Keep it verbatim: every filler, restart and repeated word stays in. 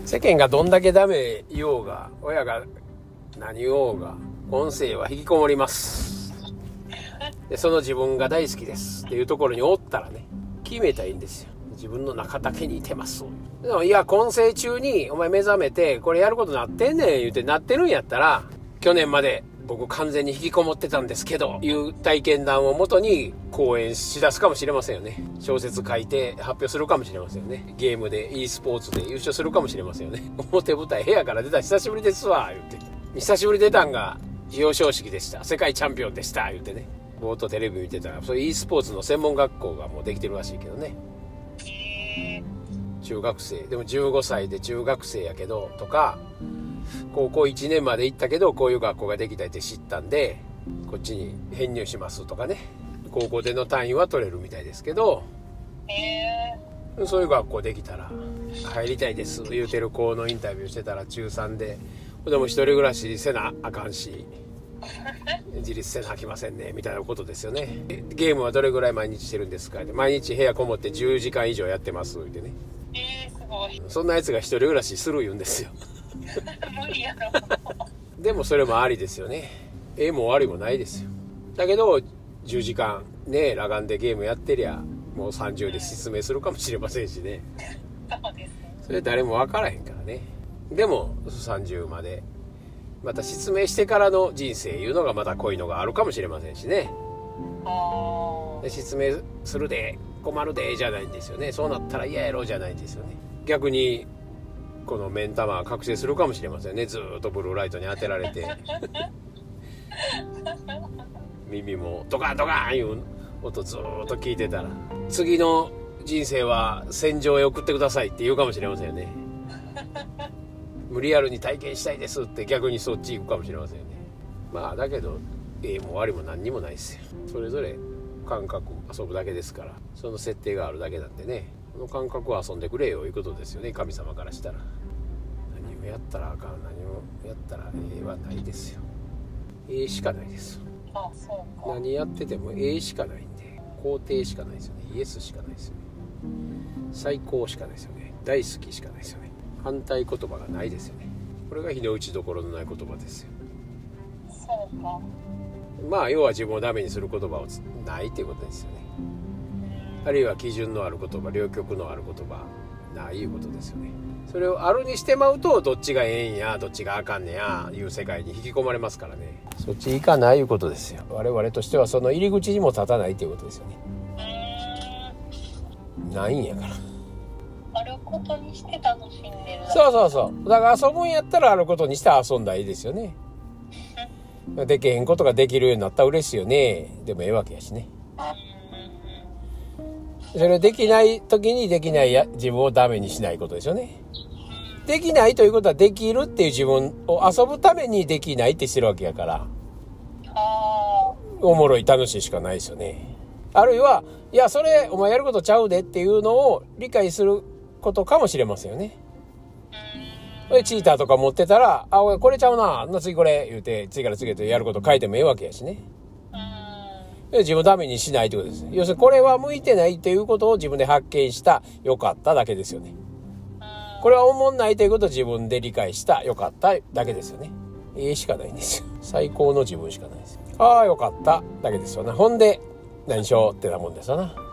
世間がどんだけダメ言おうが、親が何言おうが、音声は引きこもります。で、その自分が大好きですっていうところにおったらね、決めたらいいんですよ。自分の中だけにいてます。でもいや、今世中にお前目覚めて、これやることなってんねん言うてなってるんやったら、去年まで僕完全に引きこもってたんですけど、いう体験談をもとに講演しだすかもしれませんよね。小説書いて発表するかもしれませんよね。ゲームで e スポーツで優勝するかもしれませんよね。表舞台部屋から出た久しぶりですわ言って、久しぶり出たんが表彰式でした、世界チャンピオンでした言ってね、ぼーっとテレビ見てたら、そういう e スポーツの専門学校がもうできてるらしいけどね。中学生でもじゅうごさいで中学生やけどとか、高校いちねんまで行ったけどこういう学校ができたって知ったんでこっちに編入しますとかね、高校での単位は取れるみたいですけど、えー、そういう学校できたら入りたいです言うてる子のインタビューしてたら、中さんででも一人暮らしせなあかんし自立せなあきませんねみたいなことですよね。ゲームはどれぐらい毎日してるんですか、毎日部屋こもってじゅうじかん以上やってますってね、えー、すごい。そんなやつが一人暮らしする言うんですよ無理やろでもそれもありですよね。ええも悪いもないですよ。だけどじゅうじかんね裸眼でゲームやってりゃもうさんじゅうで失明するかもしれませんしね。そうですね。それ誰も分からへんからね。でもさんじゅうまでまた失明してからの人生いうのがまたこういうのがあるかもしれませんしね。で失明するで困るでじゃないんですよね。そうなったら嫌やろじゃないんですよね。逆にこの目ん玉は覚醒するかもしれませんね。ずーっとブルーライトに当てられて耳もドカンドカンいう音ずーっと聞いてたら、次の人生は戦場へ送ってくださいって言うかもしれませんよね。無リアルに体験したいですって逆にそっち行くかもしれませんよね。まあだけどええも悪いも何にもないですよ。それぞれ感覚遊ぶだけですから、その設定があるだけなんでね、この感覚を遊んでくれよいうことですよね、神様からしたら。何をやったらあかん、何をやったらええはないですよ。ええしかないです。あ、そうか。何やっててもええしかないんで、肯定しかないですよね。イエスしかないですよね。最高しかないですよね。大好きしかないですよね。反対言葉がないですよね。これが日の打ちどころのない言葉ですよ。そうか。まあ要は自分をダメにする言葉をないっていうことですよね。あるいは基準のある言葉、両極のある言葉ないいうことですよね。それをあるにしてまうと、どっちがええんやどっちがあかんねやいう世界に引き込まれますからね。そっち行かないいうことですよ。我々としてはその入り口にも立たないっていうことですよね。ないんやからあることにして楽しんでる。そうそうそう。だから遊ぶんやったらあることにして遊んだらいいですよね。できへんことができるようになったら嬉しいよね。でもええわけやしね。それできない時にできないや自分をダメにしないことですよね。できないということはできるっていう自分を遊ぶためにできないってしてるわけやから、おもろい楽しいしかないですよね。あるいはいやそれお前やることちゃうでっていうのを理解することかもしれませんよね。チーターとか持ってたら、あ、俺これちゃうな、次これ言うて次から次へとやること書いてもええわけやしね。自分をダメにしないということです。要するにこれは向いてないっていうことを自分で発見したよかっただけですよね。これは思んないということを自分で理解したよかっただけですよね。ええしかないんですよ。最高の自分しかないですよ。ああよかっただけですよね。ほんで何しようってなもんですよな。